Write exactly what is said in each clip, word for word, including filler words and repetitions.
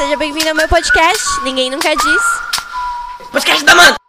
seja bem-vindo ao meu podcast, Ninguém Nunca Diz. Podcast da Manda!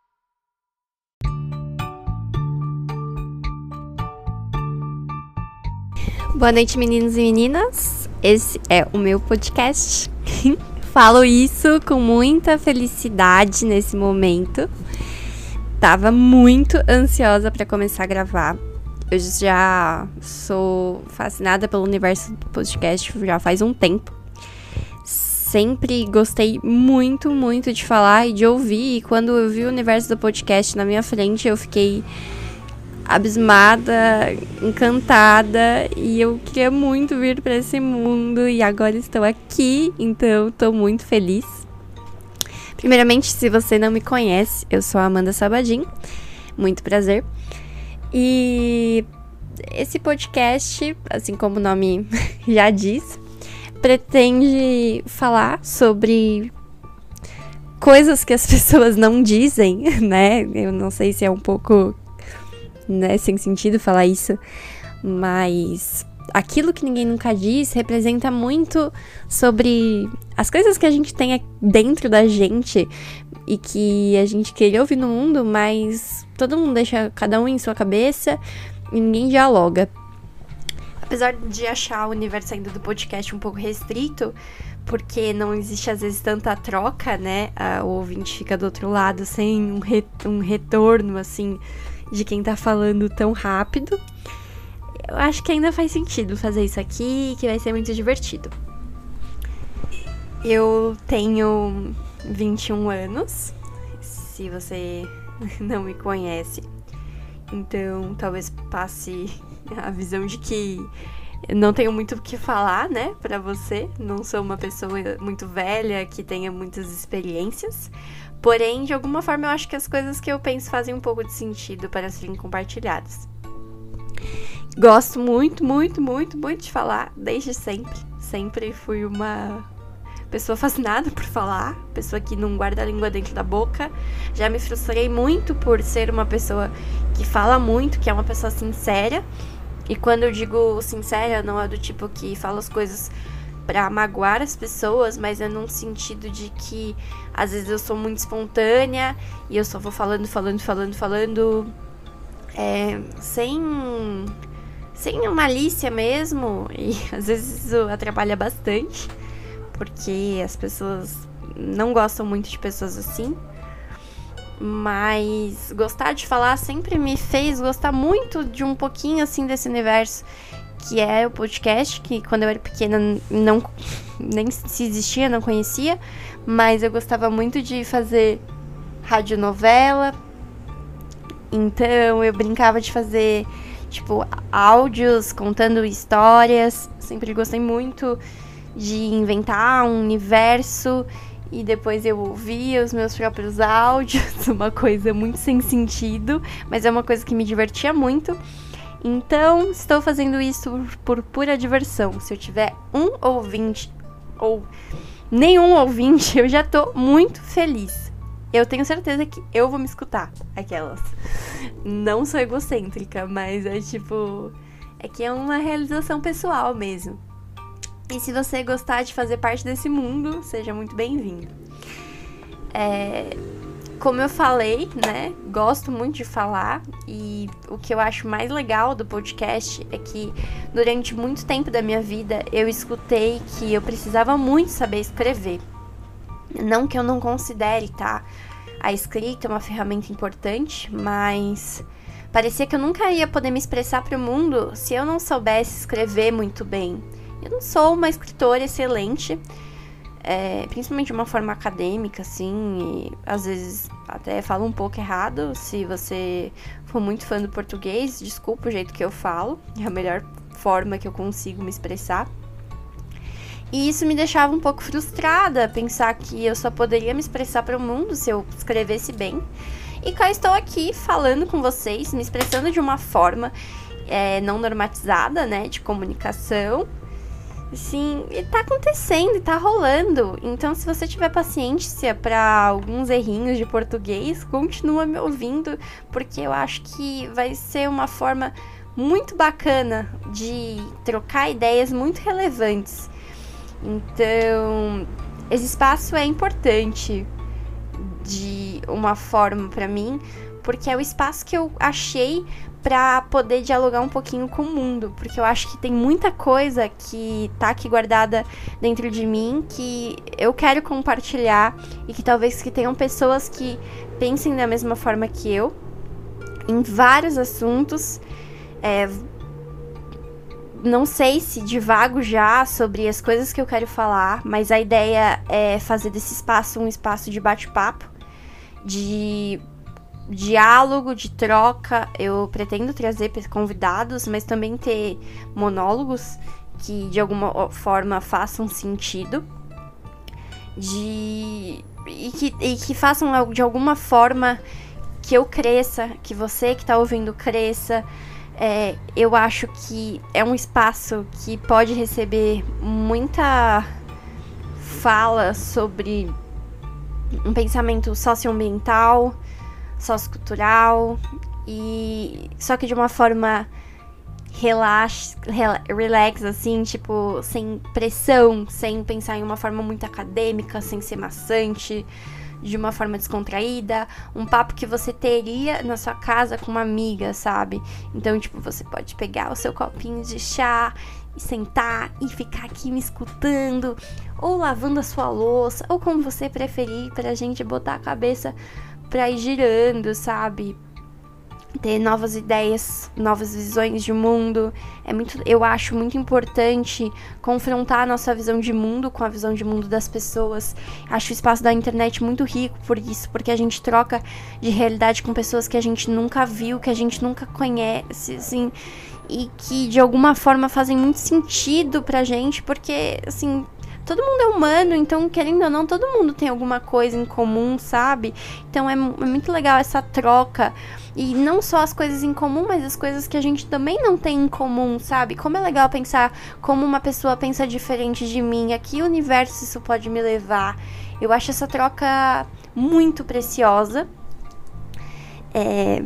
Boa noite, meninos e meninas. Esse é o meu podcast. Falo isso com muita felicidade nesse momento. Tava muito ansiosa para começar a gravar. Eu já sou fascinada pelo universo do podcast já faz um tempo. Sempre gostei muito, muito de falar e de ouvir. E quando eu vi o universo do podcast na minha frente, eu fiquei abismada, encantada. E eu queria muito vir para esse mundo. E agora estou aqui, então estou muito feliz. Primeiramente, se você não me conhece, eu sou a Amanda Sabadin. Muito prazer. E esse podcast, assim como o nome já diz, pretende falar sobre coisas que as pessoas não dizem, né? Eu não sei se é um pouco, né, sem sentido falar isso, mas aquilo que ninguém nunca diz representa muito sobre as coisas que a gente tem dentro da gente e que a gente queria ouvir no mundo, mas todo mundo deixa cada um em sua cabeça e ninguém dialoga. Apesar de achar o universo ainda do podcast um pouco restrito, porque não existe às vezes tanta troca, né? O ouvinte fica do outro lado sem um, re- um retorno, assim, de quem tá falando tão rápido. Eu acho que ainda faz sentido fazer isso aqui, que vai ser muito divertido. Eu tenho vinte e um anos, se você não me conhece. Então, talvez passe a visão de que eu não tenho muito o que falar, né, pra você. Não sou uma pessoa muito velha, que tenha muitas experiências. Porém, de alguma forma, eu acho que as coisas que eu penso fazem um pouco de sentido para serem compartilhadas. Gosto muito, muito, muito, muito de falar, desde sempre. Sempre fui uma pessoa fascinada por falar, pessoa que não guarda a língua dentro da boca. Já me frustrei muito por ser uma pessoa que fala muito, que é uma pessoa sincera. E quando eu digo sincera, não é do tipo que fala as coisas pra magoar as pessoas, mas é num sentido de que às vezes eu sou muito espontânea e eu só vou falando, falando, falando, falando, é, sem... sem malícia mesmo, e às vezes isso atrapalha bastante, porque as pessoas não gostam muito de pessoas assim, mas gostar de falar sempre me fez gostar muito de um pouquinho assim desse universo, que é o podcast, que quando eu era pequena não, nem se existia, não conhecia, mas eu gostava muito de fazer radionovela, então eu brincava de fazer tipo, áudios contando histórias. Sempre gostei muito de inventar um universo e depois eu ouvia os meus próprios áudios, uma coisa muito sem sentido, mas é uma coisa que me divertia muito. Então, estou fazendo isso por pura diversão. Se eu tiver um ouvinte ou nenhum ouvinte, eu já tô muito feliz. Eu tenho certeza que eu vou me escutar, aquelas. Não sou egocêntrica, mas é tipo... é que é uma realização pessoal mesmo. E se você gostar de fazer parte desse mundo, seja muito bem-vindo. É, como eu falei, né? Gosto muito de falar. E o que eu acho mais legal do podcast é que durante muito tempo da minha vida eu escutei que eu precisava muito saber escrever. Não que eu não considere, tá? A escrita é uma ferramenta importante, mas parecia que eu nunca ia poder me expressar para o mundo se eu não soubesse escrever muito bem. Eu não sou uma escritora excelente, é, principalmente de uma forma acadêmica, assim, e às vezes até falo um pouco errado. Se você for muito fã do português, desculpa o jeito que eu falo, é a melhor forma que eu consigo me expressar. E isso me deixava um pouco frustrada, pensar que eu só poderia me expressar para o mundo se eu escrevesse bem. E cá estou aqui falando com vocês, me expressando de uma forma é, não normatizada, né, de comunicação. Assim, e tá acontecendo, e tá rolando. Então, se você tiver paciência para alguns errinhos de português, continua me ouvindo, porque eu acho que vai ser uma forma muito bacana de trocar ideias muito relevantes. Então, esse espaço é importante de uma forma pra mim, porque é o espaço que eu achei pra poder dialogar um pouquinho com o mundo, porque eu acho que tem muita coisa que tá aqui guardada dentro de mim que eu quero compartilhar e que talvez que tenham pessoas que pensem da mesma forma que eu em vários assuntos. É, não sei se divago já sobre as coisas que eu quero falar, mas a ideia é fazer desse espaço um espaço de bate-papo, de diálogo, de troca. Eu pretendo trazer convidados, mas também ter monólogos que de alguma forma façam sentido, de e que, e que façam de alguma forma que eu cresça, que você que está ouvindo cresça. É, eu acho que é um espaço que pode receber muita fala sobre um pensamento socioambiental, sociocultural, e só que de uma forma relax, relax, assim, tipo, sem pressão, sem pensar em uma forma muito acadêmica, sem ser maçante, de uma forma descontraída, um papo que você teria na sua casa com uma amiga, sabe? Então, tipo, você pode pegar o seu copinho de chá e sentar e ficar aqui me escutando, ou lavando a sua louça, ou como você preferir, pra gente botar a cabeça pra ir girando, sabe? Ter novas ideias, novas visões de mundo. É muito, eu acho muito importante confrontar a nossa visão de mundo com a visão de mundo das pessoas. Acho o espaço da internet muito rico por isso, porque a gente troca de realidade com pessoas que a gente nunca viu, que a gente nunca conhece, assim, e que de alguma forma fazem muito sentido pra gente, porque, assim, todo mundo é humano, então, querendo ou não, todo mundo tem alguma coisa em comum, sabe? Então é, é muito legal essa troca. E não só as coisas em comum, mas as coisas que a gente também não tem em comum, sabe? Como é legal pensar como uma pessoa pensa diferente de mim, a que universo isso pode me levar. Eu acho essa troca muito preciosa. É...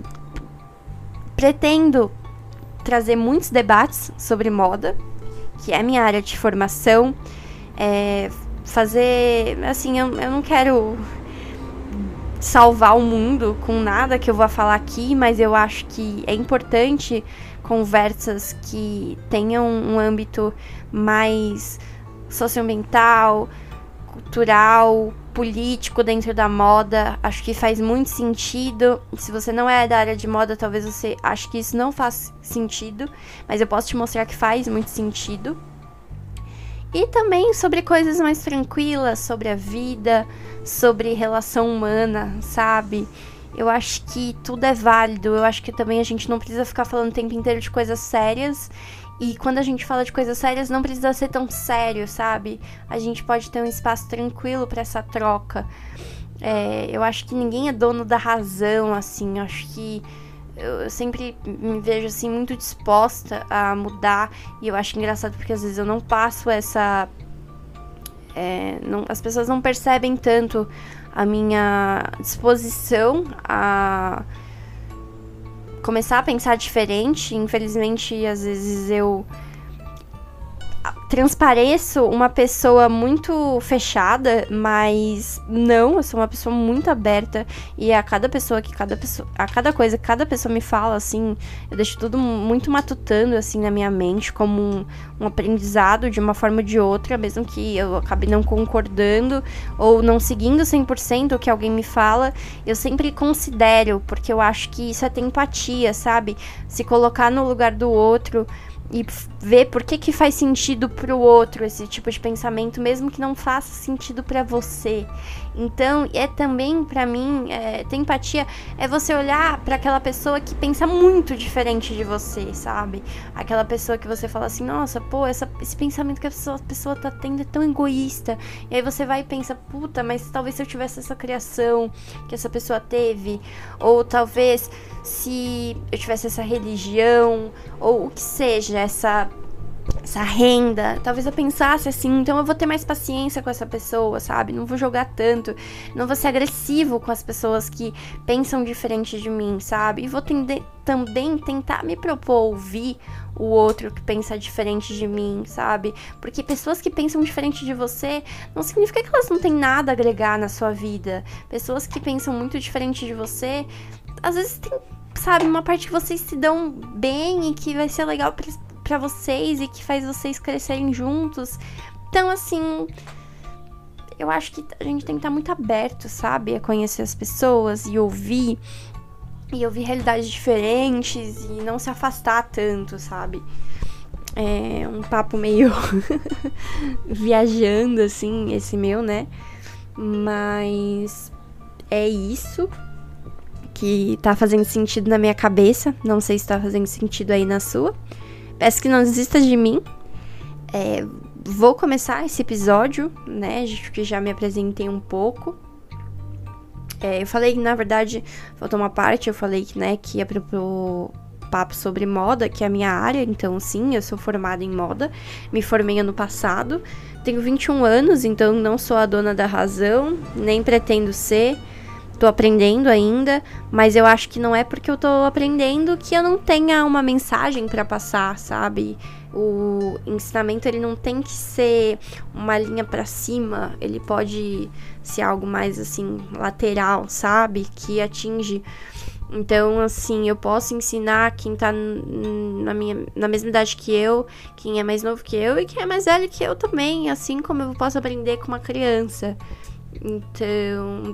Pretendo trazer muitos debates sobre moda, que é a minha área de formação. É... Fazer... Assim, eu, eu não quero salvar o mundo com nada que eu vou falar aqui, mas eu acho que é importante conversas que tenham um âmbito mais socioambiental, cultural, político dentro da moda. Acho que faz muito sentido. Se você não é da área de moda, talvez você ache que isso não faz sentido, mas eu posso te mostrar que faz muito sentido. E também sobre coisas mais tranquilas, sobre a vida, sobre relação humana, sabe? Eu acho que tudo é válido. Eu acho que também a gente não precisa ficar falando o tempo inteiro de coisas sérias. E quando a gente fala de coisas sérias, não precisa ser tão sério, sabe? A gente pode ter um espaço tranquilo para essa troca. É, eu acho que ninguém é dono da razão, assim. Eu acho que eu sempre me vejo, assim, muito disposta a mudar. E eu acho engraçado porque às vezes eu não passo essa... É, não, as pessoas não percebem tanto a minha disposição a começar a pensar diferente. Infelizmente, às vezes eu transpareço uma pessoa muito fechada, mas não, eu sou uma pessoa muito aberta, e a cada pessoa que cada pessoa, a cada coisa que cada pessoa me fala, assim, eu deixo tudo muito matutando, assim, na minha mente, como um, um aprendizado de uma forma ou de outra, mesmo que eu acabe não concordando ou não seguindo cem por cento o que alguém me fala, eu sempre considero, porque eu acho que isso é ter empatia, sabe? Se colocar no lugar do outro e ver por que que faz sentido pro outro esse tipo de pensamento, mesmo que não faça sentido pra você. Então, é também, pra mim, é, ter empatia é você olhar pra aquela pessoa que pensa muito diferente de você, sabe? Aquela pessoa que você fala assim, nossa, pô, essa, esse pensamento que a pessoa, a pessoa tá tendo é tão egoísta. E aí você vai e pensa, puta, mas talvez se eu tivesse essa criação que essa pessoa teve, ou talvez se eu tivesse essa religião, ou o que seja, essa essa renda, talvez eu pensasse assim, então eu vou ter mais paciência com essa pessoa, sabe? Não vou jogar tanto, não vou ser agressivo com as pessoas que pensam diferente de mim, sabe? E vou tende- também tentar me propor ouvir o outro que pensa diferente de mim, sabe? Porque pessoas que pensam diferente de você não significa que elas não têm nada a agregar na sua vida. Pessoas que pensam muito diferente de você, às vezes tem, sabe, uma parte que vocês se dão bem e que vai ser legal pra pra vocês e que faz vocês crescerem juntos. Então, assim, eu acho que a gente tem que estar muito aberto, sabe? A conhecer as pessoas e ouvir, e ouvir realidades diferentes e não se afastar tanto, sabe? É um papo meio viajando, assim, esse meu, né? Mas é isso que tá fazendo sentido na minha cabeça. Não sei se tá fazendo sentido aí na sua. Peço que não desista de mim. É, vou começar esse episódio, né? Acho que já me apresentei um pouco. É, eu falei que, na verdade, faltou uma parte. Eu falei que, né, que ia pro, pro papo sobre moda, que é a minha área. Então, sim, eu sou formada em moda. Me formei ano passado. Tenho vinte e um anos, então não sou a dona da razão. Nem pretendo ser. Tô aprendendo ainda, mas eu acho que não é porque eu tô aprendendo que eu não tenha uma mensagem pra passar, sabe? O ensinamento, ele não tem que ser uma linha pra cima, ele pode ser algo mais, assim, lateral, sabe? Que atinge. Então, assim, eu posso ensinar quem tá na, minha, na mesma idade que eu, quem é mais novo que eu e quem é mais velho que eu também, assim como eu posso aprender com uma criança. Então,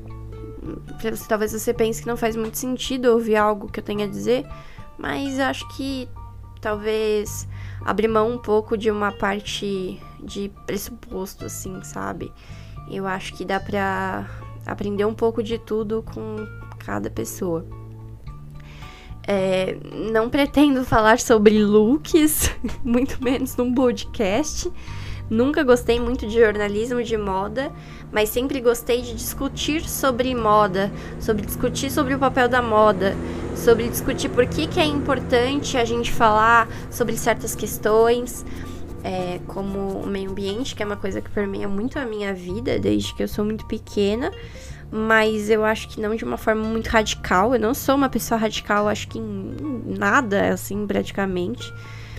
talvez você pense que não faz muito sentido ouvir algo que eu tenho a dizer, mas acho que talvez abrir mão um pouco de uma parte de pressuposto, assim, sabe? Eu acho que dá pra aprender um pouco de tudo com cada pessoa. É, não pretendo falar sobre looks, muito menos num podcast. Nunca gostei muito de jornalismo de moda, mas sempre gostei de discutir sobre moda, sobre discutir sobre o papel da moda, sobre discutir por que, que é importante a gente falar sobre certas questões, é, como o meio ambiente, que é uma coisa que permeia muito a minha vida desde que eu sou muito pequena, mas eu acho que não de uma forma muito radical. Eu não sou uma pessoa radical, acho que em nada, assim, praticamente.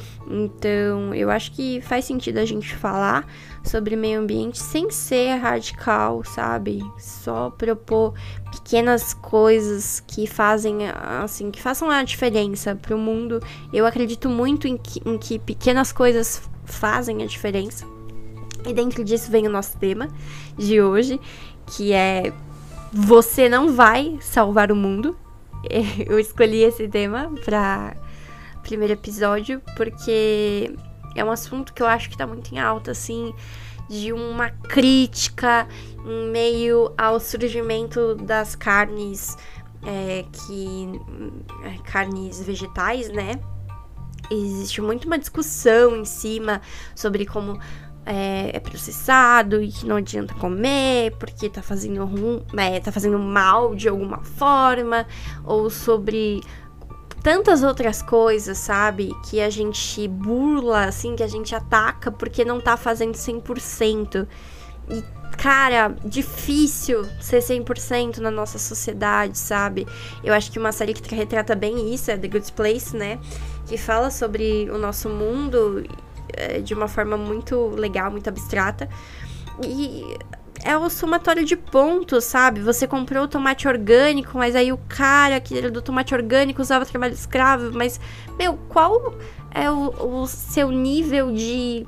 Então, eu acho que faz sentido a gente falar sobre meio ambiente sem ser radical, sabe? Só propor pequenas coisas que fazem, assim, que façam a diferença pro mundo. Eu acredito muito em que, em que pequenas coisas fazem a diferença. E dentro disso vem o nosso tema de hoje, que é: você não vai salvar o mundo. Eu escolhi esse tema pra primeiro episódio porque é um assunto que eu acho que tá muito em alta, assim, de uma crítica em meio ao surgimento das carnes, é, que é, carnes vegetais, né? Existe muito uma discussão em cima sobre como é, é processado e que não adianta comer porque tá fazendo rum, é, tá fazendo mal de alguma forma, ou sobre tantas outras coisas, sabe? Que a gente burla, assim, que a gente ataca porque não tá fazendo cem por cento. E, cara, difícil ser cem por cento na nossa sociedade, sabe? Eu acho que uma série que retrata bem isso é The Good Place, né? Que fala sobre o nosso mundo é, de uma forma muito legal, muito abstrata. E é o somatório de pontos, sabe? Você comprou o tomate orgânico, mas aí o cara que era do tomate orgânico usava trabalho escravo. Mas, meu, qual é o, o seu nível de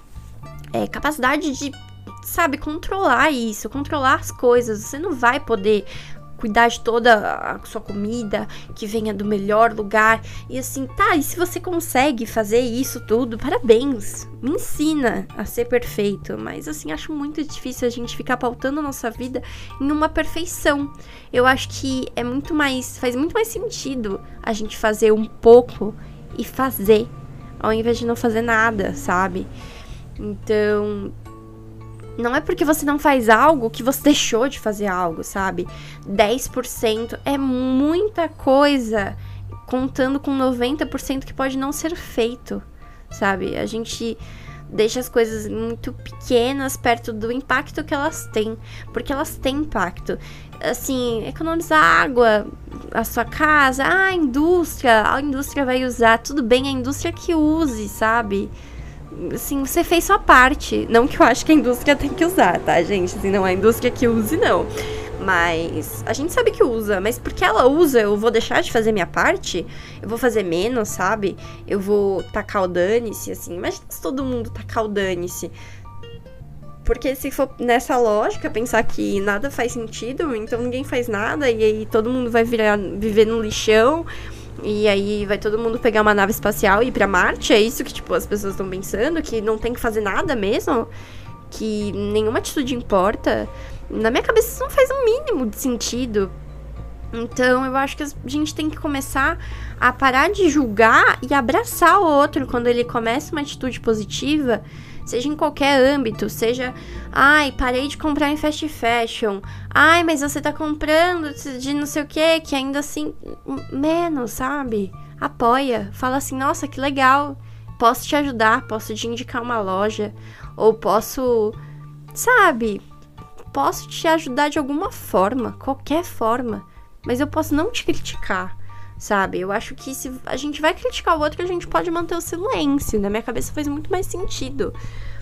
é, capacidade de, sabe, controlar isso, controlar as coisas? Você não vai poder cuidar de toda a sua comida, que venha do melhor lugar. E assim, tá, e se você consegue fazer isso tudo, parabéns, me ensina a ser perfeito. Mas assim, acho muito difícil a gente ficar pautando a nossa vida em uma perfeição. Eu acho que é muito mais, faz muito mais sentido a gente fazer um pouco e fazer, ao invés de não fazer nada, sabe? Então, não é porque você não faz algo que você deixou de fazer algo, sabe? dez por cento é muita coisa, contando com noventa por cento que pode não ser feito, sabe? A gente deixa as coisas muito pequenas perto do impacto que elas têm, porque elas têm impacto. Assim, economizar água, a sua casa, ah, a indústria, a indústria vai usar, tudo bem, a indústria que use, sabe? Assim, você fez sua parte, não que eu acho que a indústria tem que usar, tá, gente? Assim, não é a indústria que use, não. Mas a gente sabe que usa, mas porque ela usa, eu vou deixar de fazer minha parte? Eu vou fazer menos, sabe? Eu vou tacar o dane-se, assim. Imagina se todo mundo tacar o dane-se. Porque se for nessa lógica, pensar que nada faz sentido, então ninguém faz nada, e aí todo mundo vai virar, viver no lixão, e aí vai todo mundo pegar uma nave espacial e ir pra Marte, é isso que, tipo, as pessoas estão pensando, que não tem que fazer nada mesmo, que nenhuma atitude importa. Na minha cabeça isso não faz um mínimo de sentido. Então eu acho que a gente tem que começar a parar de julgar e abraçar o outro quando ele começa uma atitude positiva, seja em qualquer âmbito, seja, ai, parei de comprar em fast fashion, ai, mas você tá comprando de não sei o que, que ainda assim, menos, sabe? Apoia, fala assim, nossa, que legal, posso te ajudar, posso te indicar uma loja, ou posso, sabe, posso te ajudar de alguma forma, qualquer forma, mas eu posso não te criticar, sabe? Eu acho que se a gente vai criticar o outro, a gente pode manter o silêncio. Na minha cabeça faz muito mais sentido.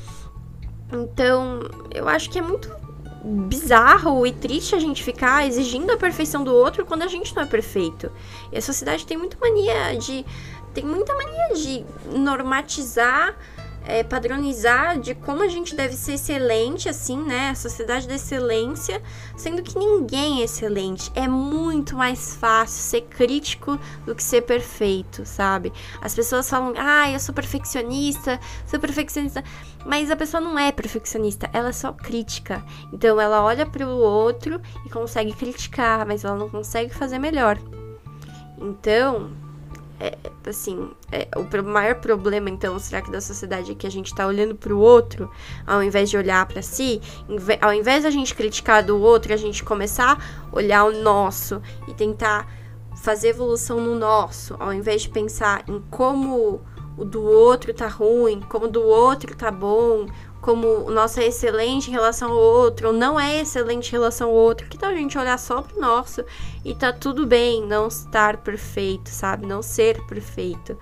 Então, eu acho que é muito bizarro e triste a gente ficar exigindo a perfeição do outro quando a gente não é perfeito. E a sociedade tem muita mania de... Tem muita mania de normatizar... É, padronizar de como a gente deve ser excelente, assim, né? A sociedade da excelência, sendo que ninguém é excelente. É muito mais fácil ser crítico do que ser perfeito, sabe? As pessoas falam, ah, eu sou perfeccionista, sou perfeccionista, mas a pessoa não é perfeccionista, ela é só crítica. Então ela olha para o outro e consegue criticar, mas ela não consegue fazer melhor. Então... É, assim, é, o maior problema, então, será que da sociedade é que a gente tá olhando pro outro, ao invés de olhar pra si? Inve- ao invés da gente criticar do outro, a gente começar a olhar o nosso e tentar fazer evolução no nosso, ao invés de pensar em como o do outro tá ruim, como o do outro tá bom, como o nosso é excelente em relação ao outro, ou não é excelente em relação ao outro. Que tal a gente olhar só pro nosso e tá tudo bem não estar perfeito, sabe? Não ser perfeito.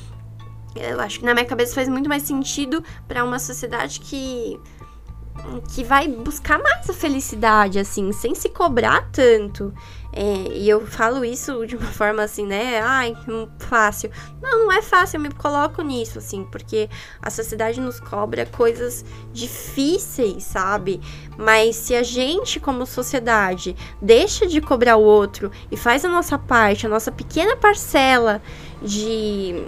Eu acho que na minha cabeça faz muito mais sentido pra uma sociedade que... que vai buscar mais a felicidade, assim, sem se cobrar tanto. É, e eu falo isso de uma forma assim, né? Ai, fácil. Não, não é fácil, eu me coloco nisso, assim, porque a sociedade nos cobra coisas difíceis, sabe? Mas se a gente, como sociedade, deixa de cobrar o outro e faz a nossa parte, a nossa pequena parcela de...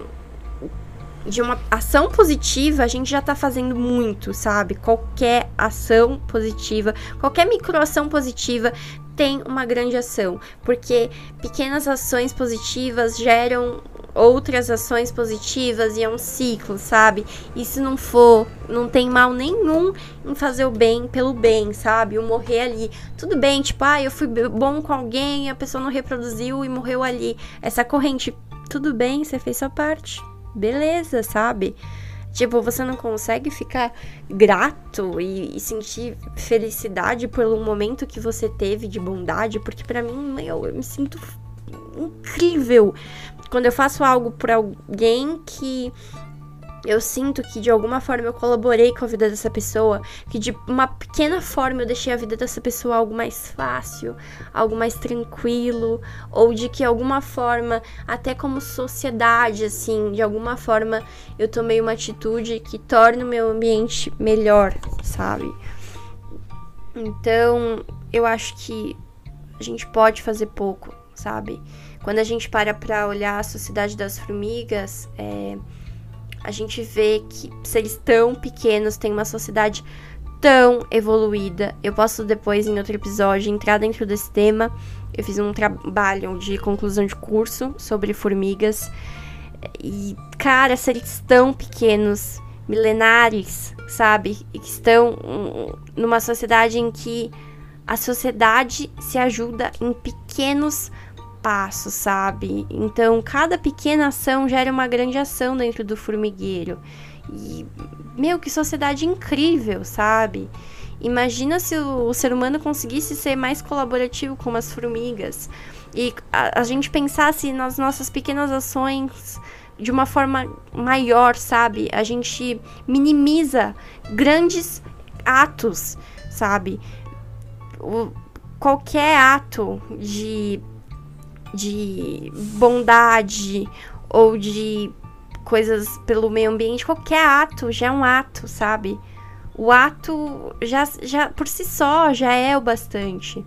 de uma ação positiva, a gente já tá fazendo muito, sabe? Qualquer ação positiva, qualquer microação positiva tem uma grande ação, porque pequenas ações positivas geram outras ações positivas e é um ciclo, sabe? E se não for, não tem mal nenhum em fazer o bem pelo bem, sabe? O morrer ali, tudo bem, tipo, ah, eu fui bom com alguém, a pessoa não reproduziu e morreu ali. Essa corrente, tudo bem, você fez sua parte. Beleza, sabe? Tipo, você não consegue ficar grato e, e sentir felicidade pelo momento que você teve de bondade, porque pra mim, eu, eu me sinto incrível quando eu faço algo por alguém que eu sinto que de alguma forma eu colaborei com a vida dessa pessoa, que de uma pequena forma eu deixei a vida dessa pessoa algo mais fácil, algo mais tranquilo, ou de que alguma forma, até como sociedade, assim, de alguma forma eu tomei uma atitude que torna o meu ambiente melhor, sabe? Então, eu acho que a gente pode fazer pouco, sabe? Quando a gente para pra olhar a sociedade das formigas, é... a gente vê que seres tão pequenos têm uma sociedade tão evoluída. Eu posso depois, em outro episódio, entrar dentro desse tema. Eu fiz um trabalho de conclusão de curso sobre formigas. E, cara, seres tão pequenos, milenares, sabe? E que estão numa sociedade em que a sociedade se ajuda em pequenos passo, sabe? Então, cada pequena ação gera uma grande ação dentro do formigueiro. E, meu, que sociedade incrível, sabe? Imagina se o, o ser humano conseguisse ser mais colaborativo como as formigas. E a, a gente pensasse nas nossas pequenas ações de uma forma maior, sabe? A gente minimiza grandes atos, sabe? O, qualquer ato de, de bondade ou de coisas pelo meio ambiente, qualquer ato já é um ato, sabe? O ato já, já por si só já é o bastante.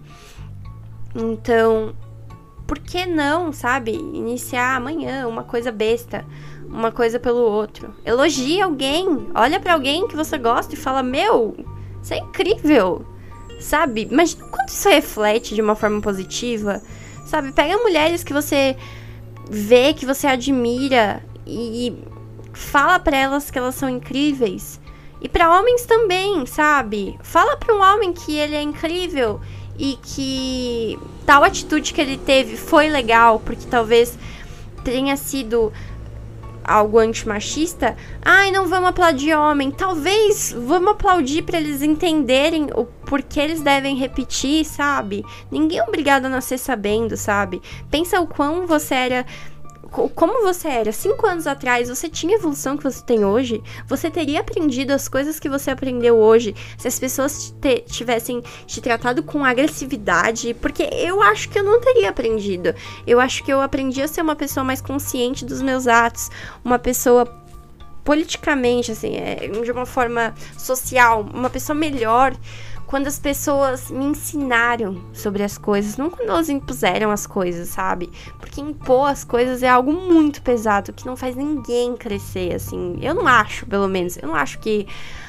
Então, por que não, sabe? Iniciar amanhã uma coisa besta, uma coisa pelo outro. Elogie alguém, olha pra alguém que você gosta e fala, meu, isso é incrível, sabe? Imagina quanto isso reflete de uma forma positiva, sabe? Pega mulheres que você vê, que você admira e fala pra elas que elas são incríveis. E pra homens também, sabe? Fala pra um homem que ele é incrível e que tal atitude que ele teve foi legal, porque talvez tenha sido algo antimachista. Ai, não vamos aplaudir homem. Talvez vamos aplaudir pra eles entenderem o porquê eles devem repetir, sabe? Ninguém é obrigado a nascer sabendo, sabe? Pensa o quão você era... Como você era cinco anos atrás, você tinha a evolução que você tem hoje? Você teria aprendido as coisas que você aprendeu hoje se as pessoas te, tivessem te tratado com agressividade? Porque eu acho que eu não teria aprendido. Eu acho que eu aprendi a ser uma pessoa mais consciente dos meus atos, uma pessoa politicamente, assim, é, de uma forma social, uma pessoa melhor. Quando as pessoas me ensinaram sobre as coisas, não quando elas impuseram as coisas, sabe? Porque impor as coisas é algo muito pesado, que não faz ninguém crescer, assim. Eu não acho, pelo menos. Eu não acho que,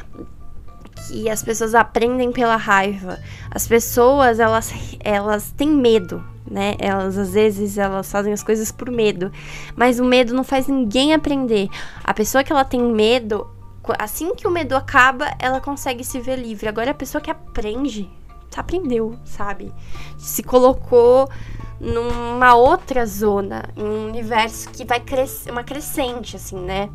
que as pessoas aprendem pela raiva. As pessoas, elas, elas têm medo, né? Elas, às vezes, elas fazem as coisas por medo. Mas o medo não faz ninguém aprender. A pessoa que ela tem medo... Assim que o medo acaba, ela consegue se ver livre. Agora, a pessoa que aprende, aprendeu, sabe? Se colocou numa outra zona, em um universo que vai crescer, uma crescente, assim, né?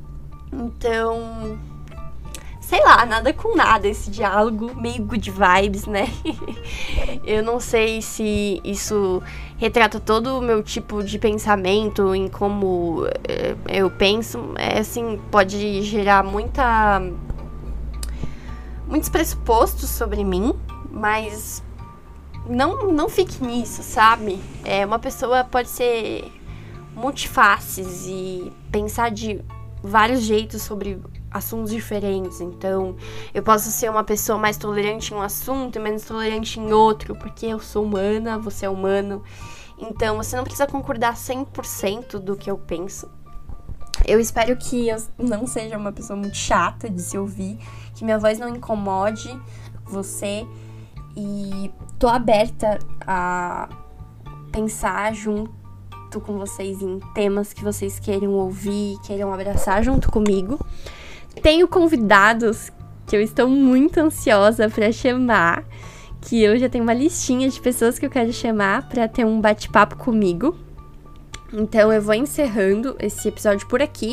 Então, sei lá, nada com nada esse diálogo, meio good vibes, né? Eu não sei se isso retrata todo o meu tipo de pensamento, em como é, eu penso. É assim, pode gerar muita... muitos pressupostos sobre mim, mas não, não fique nisso, sabe? É, uma pessoa pode ser multifaces e pensar de vários jeitos sobre assuntos diferentes. Então, eu posso ser uma pessoa mais tolerante em um assunto e menos tolerante em outro, porque eu sou humana, você é humano. Então, você não precisa concordar cem por cento do que eu penso. Eu espero que eu não seja uma pessoa muito chata de se ouvir, que minha voz não incomode você, e tô aberta a pensar junto com vocês em temas que vocês queiram ouvir, queiram abraçar junto comigo. Tenho convidados que eu estou muito ansiosa para chamar, que eu já tenho uma listinha de pessoas que eu quero chamar para ter um bate-papo comigo. Então eu vou encerrando esse episódio por aqui,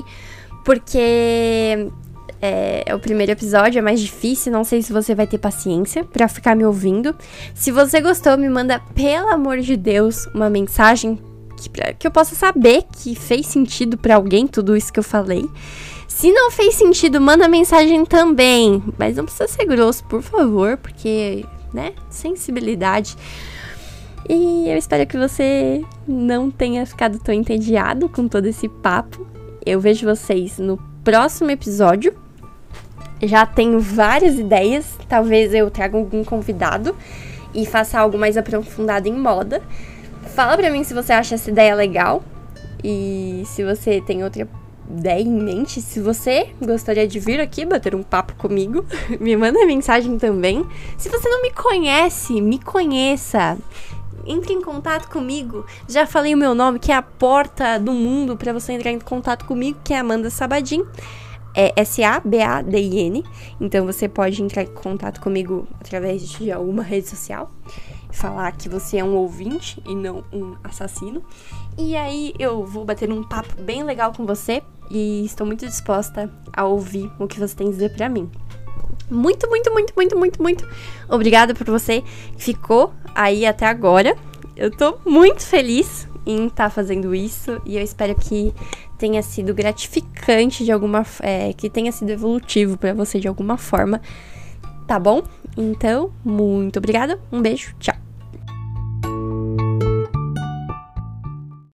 porque é, é o primeiro episódio, é mais difícil, não sei se você vai ter paciência para ficar me ouvindo. Se você gostou, me manda, pelo amor de Deus, uma mensagem que, pra, que eu possa saber que fez sentido para alguém tudo isso que eu falei. Se não fez sentido, manda mensagem também, mas não precisa ser grosso, por favor, porque, né, sensibilidade. E eu espero que você não tenha ficado tão entediado com todo esse papo. Eu vejo vocês no próximo episódio. Já tenho várias ideias, talvez eu traga algum convidado e faça algo mais aprofundado em moda. Fala pra mim se você acha essa ideia legal e se você tem outra ideia em mente. Se você gostaria de vir aqui bater um papo comigo, me manda mensagem também. Se você não me conhece, me conheça. Entre em contato comigo. Já falei o meu nome, que é a porta do mundo para você entrar em contato comigo, que é Amanda Sabadin. É S A B A D I N. Então você pode entrar em contato comigo através de alguma rede social. falar que você é um ouvinte e não um assassino. E aí eu vou bater um papo bem legal com você e estou muito disposta a ouvir o que você tem a dizer pra mim. Muito, muito, muito, muito, muito, muito obrigada por você que ficou aí até agora. Eu tô muito feliz em estar tá fazendo isso e eu espero que tenha sido gratificante de alguma é, que tenha sido evolutivo pra você de alguma forma, tá bom? Então, muito obrigada, um beijo, tchau!